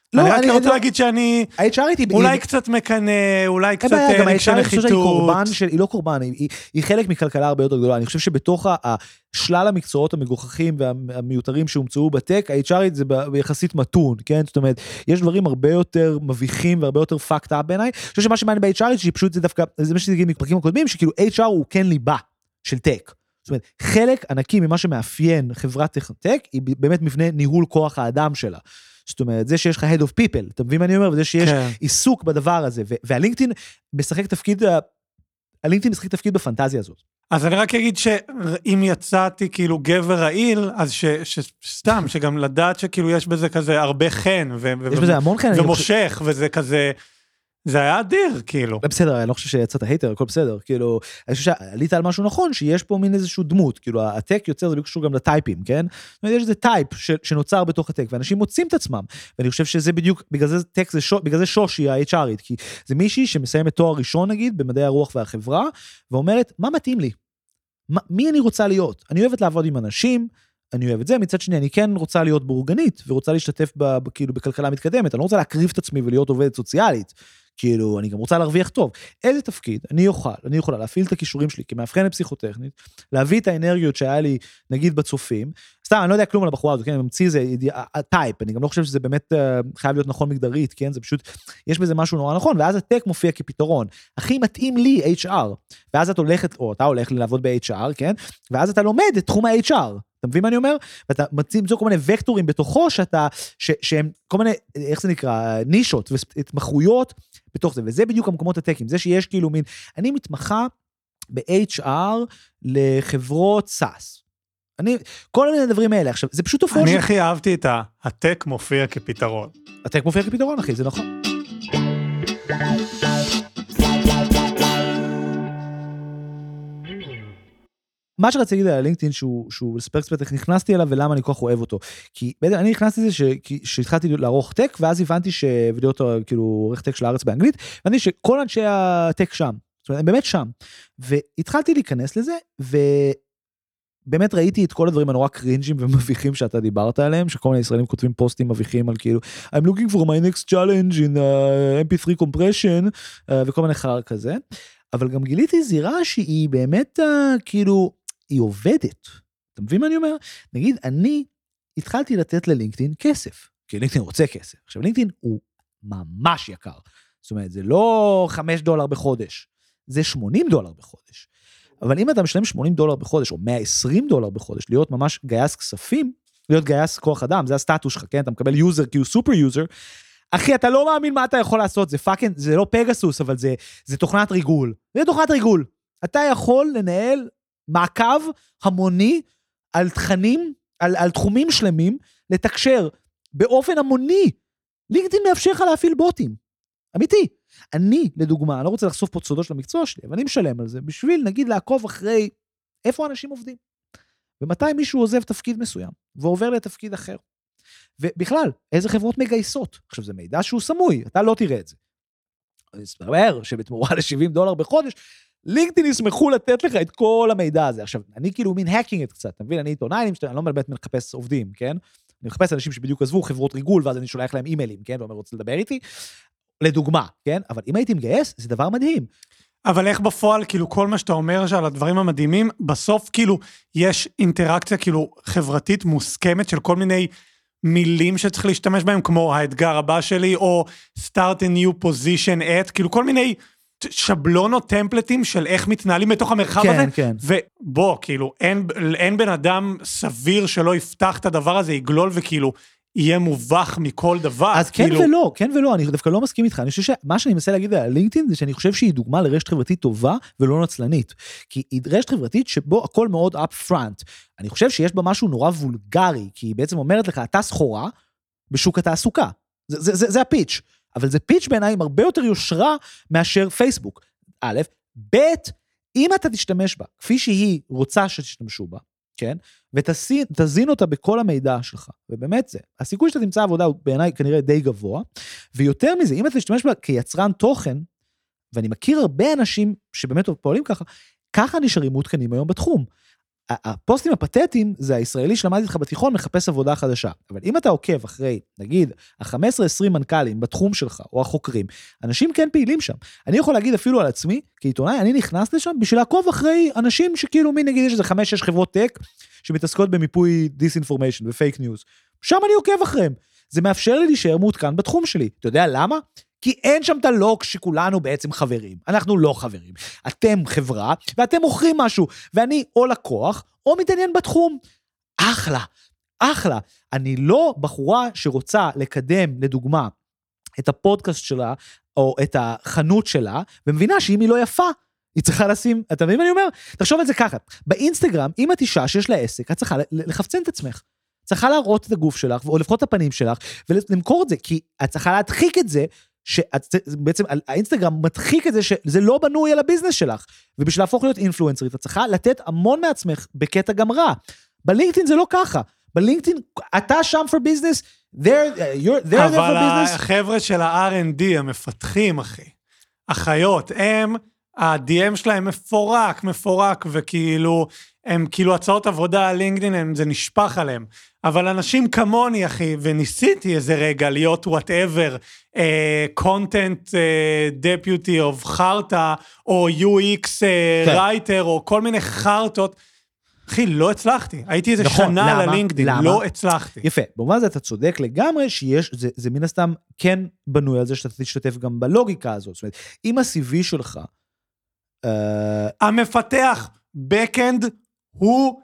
אני רק רוצה להגיד שאני אולי קצת מקנה, אולי קצת רגשי נחיתות. היא לא קורבן, היא חלק מכלכלה הרבה יותר גדולה. אני חושב שבתוך השלל המקצועות המגוחכים והמיותרים שהומצאו בטק, ה-אייץ' אר זה ביחסית מתון, כן? זאת אומרת, יש דברים הרבה יותר מביכים והרבה יותר fucked up בעיניי. אני חושב שמה שמעניין ב-אייץ' אר שפשוט זה דווקא, זה מה שתגיד מפרקים הקודמים, שכאילו אייץ' אר הוא כן ליבה של טק. זאת אומרת, חלק ענקי ממה שמאפיין חברת טק, היא באמת מבנה ניהול כוח האדם שלה. זאת אומרת, זה שיש לך head of people, אתה מבין מה אני אומר? וזה שיש כן. עיסוק בדבר הזה, והלינקדאין משחק תפקיד, הלינקדאין משחק תפקיד בפנטזיה הזאת. אז אני רק אגיד שאם יצאתי כאילו גבר רעיל, אז ש, שסתם, שגם לדעת שכאילו יש בזה כזה הרבה חן, ו- יש ו- בזה המון חן. ומושך, חושב... וזה כזה... זה היה אדיר, כאילו. בסדר, אני לא חושב שיצאת הייטר, הכל בסדר, כאילו, אני חושב שעלית על משהו נכון, שיש פה מין איזשהו דמות, כאילו, הטק יוצר, זה בקשור גם לטייפים, כן? זאת אומרת, יש איזה טייפ שנוצר בתוך הטק, ואנשים מוצאים את עצמם, ואני חושב שזה בדיוק, בגלל זה טק זה שו, בגלל זה שוש היא ה-אייץ' ארית, כי זה מישהי שמסיימת תואר ראשון, נגיד, במדעי הרוח והחברה, ואומרת, מה מתאים לי? מה, מי אני רוצה להיות? אני אוהבת לעבוד עם אנשים, אני אוהב את זה, מצד שני, אני כן רוצה להיות בורגנית, ורוצה להשתתף ב, כאילו, בכלכלה מתקדמת, אני לא רוצה להקריב את עצמי ולהיות עובדת סוציאלית. כאילו, אני גם רוצה להרוויח טוב. איזה תפקיד אני אוכל, אני יכולה להפעיל את הכישורים שלי כמאבחנת פסיכוטכנית, להביא את האנרגיות שהיה לי, נגיד, בצופים. סתם, אני לא יודע כלום על הבחורה הזאת, כן, אני ממציא איזה טייפ, אני גם לא חושב שזה באמת חייב להיות נכון מגדרית, כן, זה פשוט, יש בזה משהו נורא נכון, ואז הטק מופיע כפתרון. הכי מתאים לי אייץ' אר, ואז את הולכת, או אתה הולך לעבוד ב-אייץ' אר, כן, ואז אתה לומד את תחום ה-אייץ' אר. אתה מבין מה אני אומר? ואתה ממציא כל מיני וקטורים בתוכו, שאתה, ש, שהם כל מיני, איך זה נקרא, נישות והתמחויות בתוך זה, וזה בדיוק המקומות הטקים, זה שיש כאילו מין, אני מתמחה ב-אייץ' אר לחברות סאס. אני, כל מיני דברים האלה, עכשיו, זה פשוט תופעות... אני הכי אהבתי את ה... הטק מופיע כפתרון. הטק מופיע כפתרון, אחי, זה נכון. מה שרציתי להגיד על הלינקדאין, שהוא, שהוא לספר קצת איך נכנסתי אליו, ולמה אני כל כך אוהב אותו. כי בעצם אני נכנסתי לזה שהתחלתי לערוך טק, ואז הבנתי שלהיות כאילו עורך טק של הארץ באנגלית, הבנתי שכל אנשי הטק שם, זאת אומרת, הם באמת שם. והתחלתי להיכנס לזה, ובאמת ראיתי את כל הדברים הנורא קרינג'ים ומביכים שאתה דיברת עליהם, שכל מיני ישראלים כותבים פוסטים מביכים על כאילו, I'm looking for my next challenge in uh, אם פי תרי compression, uh, וכל מיני חרר כזה. אבל גם גיליתי זירה שהיא באמת uh, כאילו, היא עובדת. אתה מבין מה אני אומר? נגיד, אני התחלתי לתת ללינקדאין כסף, כי לינקדאין רוצה כסף. עכשיו, לינקדאין הוא ממש יקר. זאת אומרת, זה לא חמישה דולר בחודש, זה שמונים דולר בחודש. אבל אם אתה משלם שמונים דולר בחודש, או מאה ועשרים דולר בחודש, להיות ממש גייס כספים, להיות גייס כוח אדם, זה הסטטוס שלך, כן? אתה מקבל יוזר, כאילו סופר יוזר, אחי, אתה לא מאמין מה אתה יכול לעשות, זה פאקינג, זה לא פגסוס, אבל זה, זה תוכנת ריגול. זה תוכנת ריגול. אתה יכול לנהל מעקב המוני על תכנים, על, על תחומים שלמים, לתקשר באופן המוני. לינקדאין מאפשר לך להפעיל בוטים. אמיתי. אני, לדוגמה, אני לא רוצה לחשוף פה סודות של המקצוע שלי, אבל אני משלם על זה, בשביל, נגיד, לעקוב אחרי איפה אנשים עובדים. ומתי מישהו עוזב תפקיד מסוים, ועובר לתפקיד אחר. ובכלל, איזה חברות מגייסות? עכשיו, זה מידע שהוא סמוי, אתה לא תראה את זה. אני אספר שבתמורה ל-שבעים דולר בחודש, לינקדאין ישמחו לתת לך את כל המידע הזה. עכשיו, אני כאילו מין האקינג את קצת, אתה מבין? אני עיתונאי, אני לא באמת מחפש עובדים, כן? אני מחפש אנשים שבדיוק עזבו חברות ריגול, ואז אני שולח להם אימיילים, כן? ואומר, רוצה לדבר איתי? לדוגמה, כן? אבל אם הייתי מגייס, זה דבר מדהים. אבל איך בפועל, כאילו, כל מה שאתה אומר שעל הדברים המדהימים, בסוף, כאילו, יש אינטראקציה, כאילו, חברתית מוסכמת של כל מיני מילים שצריך להשתמש בהם, כמו האתגר הבא שלי, או start a new position at, כאילו, כל מיני שבלונות, טמפלטים של איך מתנהלים בתוך המרחב כן, הזה, כן. ובוא, כאילו, אין, אין בן אדם סביר שלא יפתח את הדבר הזה, יגלול וכאילו, יהיה מובך מכל דבר. אז כן כאילו... ולא, כן ולא, אני דווקא לא מסכים איתך, אני חושב שמה שאני מנסה להגיד על לינקדאין, זה שאני חושב שהיא דוגמה לרשת חברתית טובה, ולא נצלנית, כי היא רשת חברתית שבו הכל מאוד up front, אני חושב שיש בה משהו נורא וולגרי, כי היא בעצם אומרת לך, אתה סחורה, בשוק התעסוקה, זה, זה, זה, זה הפיץ', אבל זה פיץ' בעיניי עם הרבה יותר יושרה, מאשר פייסבוק, א', ב', אם אתה תשתמש בה, כפי שהיא רוצה שתשתמשו בה, כן? ותזין אותה בכל המידע שלך, ובאמת זה, הסיכוי שאתה תמצא עבודה הוא בעיניי כנראה די גבוה, ויותר מזה, אם אתה תשתמש בה כיצרן תוכן, ואני מכיר הרבה אנשים שבאמת פועלים ככה, ככה נשארים מעודכנים היום בתחום. הפוסטים הפתטיים זה הישראלי שלמדתי איתך בתיכון מחפש עבודה חדשה. אבל אם אתה עוקב אחרי, נגיד, ה-חמש עשרה עשרים מנכ"לים בתחום שלך, או החוקרים, אנשים כן פעילים שם. אני יכול להגיד אפילו על עצמי, כעיתונאי, אני נכנס לשם בשביל לעקוב אחרי אנשים שכאילו, מי נגיד, יש איזה חמש, שש חברות טק, שמתעסקות במיפוי דיסאינפורמיישן ופייק ניוז. שם אני עוקב אחריהם. זה מאפשר לי להישאר מעודכן בתחום שלי. אתה יודע למה? כי אין שם את הלוק שכולנו בעצם חברים. אנחנו לא חברים. אתם חברה, ואתם מוכרים משהו, ואני או לקוח, או מתעניין בתחום. אחלה, אחלה. אני לא בחורה שרוצה לקדם, לדוגמה, את הפודקאסט שלה, או את החנות שלה, ומבינה שאם היא לא יפה, היא צריכה לשים, אתה מבין מה אני אומר? תחשוב על זה ככה, באינסטגרם, אם את אישה שיש לה עסק, את צריכה לחפצן את עצמך. צריכה להראות את הגוף שלך, או לפחות את הפנים שלך, ולמכור את זה, כי את צריכה להדחיק את זה, שבעצם האינסטגרם מדחיק את זה, שזה לא בנוי על הביזנס שלך, ובשביל להפוך להיות אינפלואנסרית, את צריכה לתת המון מעצמך, בקטע גם רע. בלינקדאין זה לא ככה. בלינקדאין, אתה שם for business, they're, you're, they're there for business. אבל החבר'ה של ה-אר אנד די, המפתחים, אחי, החיות, הם, ה-די אם שלהם מפורק, מפורק, וכאילו, הם כאילו הצעות עבודה על לינקדאין, הם, זה נשפח עליהם. אבל אנשים כמוני, אחי, וניסיתי איזה רגע להיות whatever, uh, content uh, deputy of חרטה, או יו אקס uh, כן. writer, או כל מיני חרטות, אחי, לא הצלחתי. הייתי איזה נכון, שנה למה? ללינקדאין, למה? לא הצלחתי. יפה, במובן הזה אתה צודק לגמרי, שיש, זה, זה מן הסתם כן בנוי על זה, שאתה תשתתף גם בלוגיקה הזאת. זאת אומרת, אם ה-סי וי שלך, uh... המפתח, backend, הוא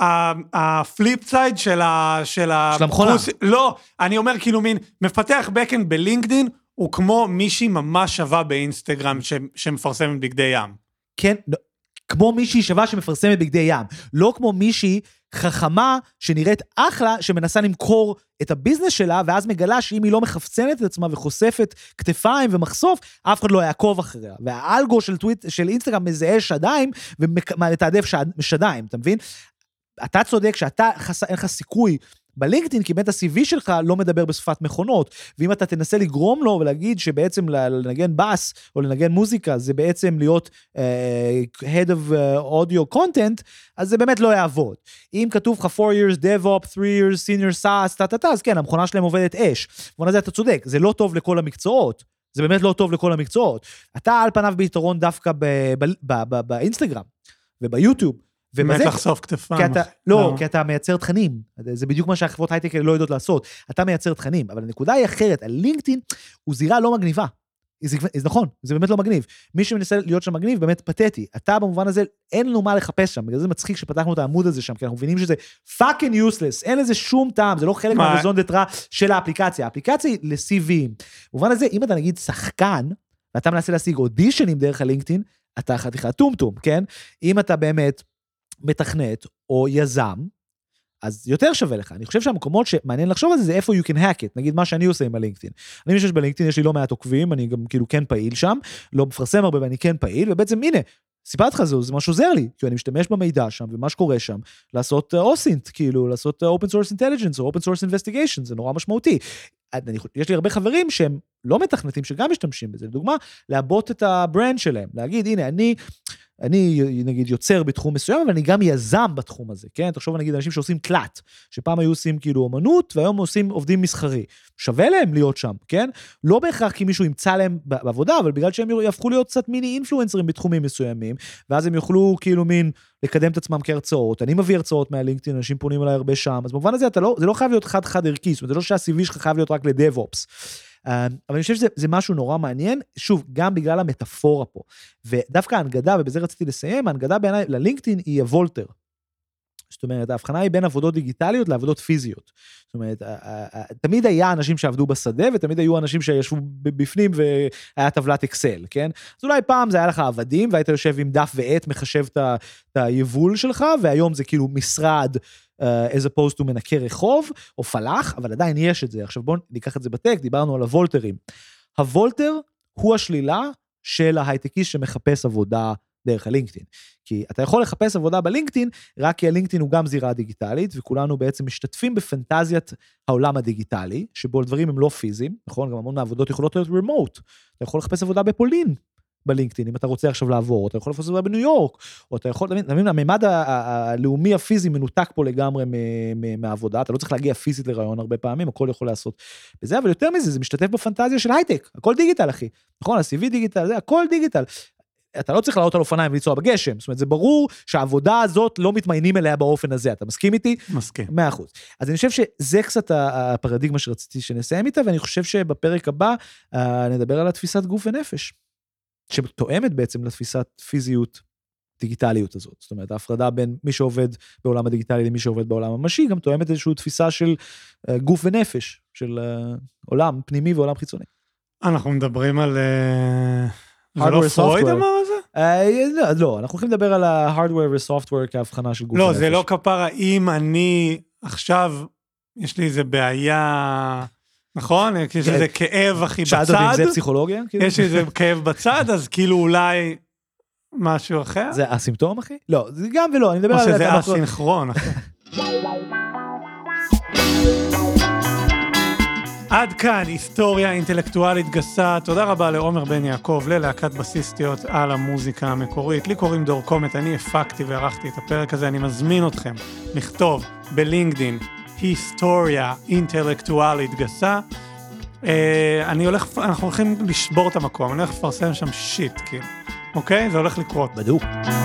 הפליפ סייד של ה... של המכונה. לא, אני אומר כאילו מין, מפתח בקאנד בלינקדין, הוא כמו מישהי ממש שווה באינסטגרם, שמפרסמת בגדי ים. כן, כמו מישהי שווה שמפרסמת בגדי ים. לא כמו מישהי חכמה, שנראית אחלה, שמנסה למכור את הביזנס שלה, ואז מגלה שאם היא לא מחפצנת את עצמה, וחושפת כתפיים ומחשוף, אף אחד לא יעקוב אחריה. והאלגו של טוויט, של אינסטגרם מזהה שדיים, ומתעדף שדיים, אתה מבין? אתה צודק שאתה, אין לך סיכוי בלינקדאין, כי באמת ה-סי וי שלך לא מדבר בשפת מכונות, ואם אתה תנסה לגרום לו ולהגיד שבעצם לנגן בס, או לנגן מוזיקה, זה בעצם להיות uh, head of uh, audio content, אז זה באמת לא יעבוד. אם כתוב לך four years DevOps, three years senior SaaS, טה-טה-טה, אז כן, המכונה שלהם עובדת אש. במובן הזה אתה צודק, זה לא טוב לכל המקצועות, זה באמת לא טוב לכל המקצועות. אתה על פניו ביתרון דווקא באינסטגרם, וביוטיוב, באמת לחשוף כתפיים. לא, כי אתה מייצר תכנים, זה בדיוק מה שהחברות הייטק לא יודעות לעשות, אתה מייצר תכנים, אבל הנקודה היא אחרת, הלינקדאין הוא זירה לא מגניבה, זה נכון, זה באמת לא מגניב, מי שמנסה להיות שם מגניב באמת פתטי, אתה במובן הזה אין לנו מה לחפש שם, בגלל זה מצחיק שפתחנו את העמוד הזה שם, כי אנחנו מבינים שזה fucking useless, אין לזה שום טעם, זה לא חלק מהרזון דטרה של האפליקציה, האפליקציה היא ל-סי וי, במובן הזה אם אתה נגיד שחקן, ואתה מנסה להשיג אודישנים דרך הלינקדאין, אתה חתיכה טום-טום, כן? אם אתה באמת מתכנת או יזם, אז יותר שווה לך. אני חושב שהמקומות שמעניין לחשוב על זה, זה איפה you can hack it, נגיד מה שאני עושה עם הלינקדאין. אני חושב שבלינקדאין יש לי לא מעט עוקבים, אני גם כאילו כן פעיל שם, לא מפרסם הרבה ואני כן פעיל, ובעצם הנה, סיפרתי לך זה, זה מה שעוזר לי, כי אני משתמש במידע שם, ומה שקורה שם, לעשות אוסינט, כאילו, לעשות open source intelligence, או open source investigation, זה נורא משמעותי. אני, יש לי הרבה חברים שהם לא מתכנתים, שגם משתמשים בזה, לדוגמה, לעבות את הברנד שלהם, להגיד, הנה, אני, אני נגיד יוצר בתחום מסוים, אבל אני גם יזם בתחום הזה, כן? תחשוב נגיד אנשים שעושים תלת, שפעם היו עושים כאילו אומנות, והיום עושים עובדים מסחרי. שווה להם להיות שם, כן? לא בהכרח כי מישהו ימצא להם בעבודה, אבל בגלל שהם יהפכו להיות קצת מיני אינפלואנסרים בתחומים מסוימים, ואז הם יוכלו כאילו מין לקדם את עצמם כהרצאות. אני מביא הרצאות מהלינקדאין, אנשים פונים אליי הרבה שם, אז במובן הזה אתה לא, זה לא חייב להיות חד-חד ערכי, זאת אומרת, זה לא שה-סי וי שלך חייב להיות רק לדב-אופס. אבל אני חושב שזה משהו נורא מעניין, שוב, גם בגלל המטאפורה פה, ודווקא ההנגדה, ובזה רציתי לסיים, ההנגדה בעיניי ללינקדאין היא הוולטר. זאת אומרת, ההבחנה היא בין עבודות דיגיטליות לעבודות פיזיות. זאת אומרת, תמיד היה אנשים שעבדו בשדה, ותמיד היו אנשים שישבו בפנים, והיה טבלת אקסל, כן? אז אולי פעם זה היה לך עבדים, והיית יושב עם דף ועט, מחשב את היבול שלך, והיום זה כאילו משרד, as opposed to מנקה רחוב, או פלח, אבל עדיין יש את זה. עכשיו בואו ניקח את זה בטק, דיברנו על הוולטרים. הוולטר הוא השלילה של ההייטקיסט שמחפש עבודה דרך הלינקדאין. כי אתה יכול לחפש עבודה בלינקדאין, רק כי הלינקדאין הוא גם זירה דיגיטלית, וכולנו בעצם משתתפים בפנטזיית העולם הדיגיטלי, שבו הדברים הם לא פיזיים, נכון? גם המון מהעבודות יכולות להיות remote. אתה יכול לחפש עבודה בפולין, בלינקדאין, אם אתה רוצה עכשיו לעבור, או אתה יכול לפעול בניו יורק, או אתה יכול, אתה מבין, הממד הלאומי הפיזי מנותק פה לגמרי מהעבודה, אתה לא צריך להגיע פיזית לרעיון הרבה פעמים, הכל יכול לעשות בזה, אבל יותר מזה, זה משתתף בפנטזיה של הייטק, הכל דיגיטל, אחי. נכון, ה-סי וי דיגיטל, זה הכל דיגיטל. אתה לא צריך לעלות על אופניים ולנסוע בגשם, זאת אומרת, זה ברור שהעבודה הזאת לא מתמיינים אליה באופן הזה, אתה מסכים איתי? מסכים. מאה אחוז. אז אני חושב שזה קצת הפרדיגמה שרציתי שנסיים איתה, ואני חושב שבפרק הבא נדבר על התפיסת גוף ונפש, שתואמת בעצם לתפיסת פיזיות דיגיטליות הזאת. זאת אומרת, ההפרדה בין מי שעובד בעולם הדיגיטלי למי שעובד בעולם הממשי, גם תואמת איזושהי תפיסה של גוף ונפש, של עולם פנימי ועולם חיצוני. אנחנו מדברים על... זה לא פרויד אמר על זה? לא, אנחנו הולכים לדבר על ה-hardware ו-software כהבחנה של גוף ונפש. לא, זה לא כפרה, אם אני עכשיו, יש לי איזה בעיה, נכון? יש לי איזה כאב הכי בצד. שאלת אם זה פסיכולוגיה? יש לי איזה כאב בצד, אז כאילו אולי משהו אחר? זה הסימפטום, אחי? לא, זה גם ולא, אני מדבר על... או שזה הסינכרון, אחי. עד כאן, היסטוריה אינטלקטואלית גסה. תודה רבה לעומר בן יעקב, ללהקת בסיסטיות על המוזיקה המקורית. לי קוראים דור קומט, אני הפקתי וערכתי את הפרק הזה. אני מזמין אתכם לכתוב בלינקדין, היסטוריה אינטלקטואלית גסה. אני הולך, אנחנו הולכים לשבור את המקום, אני הולך לפרסם שם שיט, כאילו. אוקיי? זה הולך לקרות. בדיוק.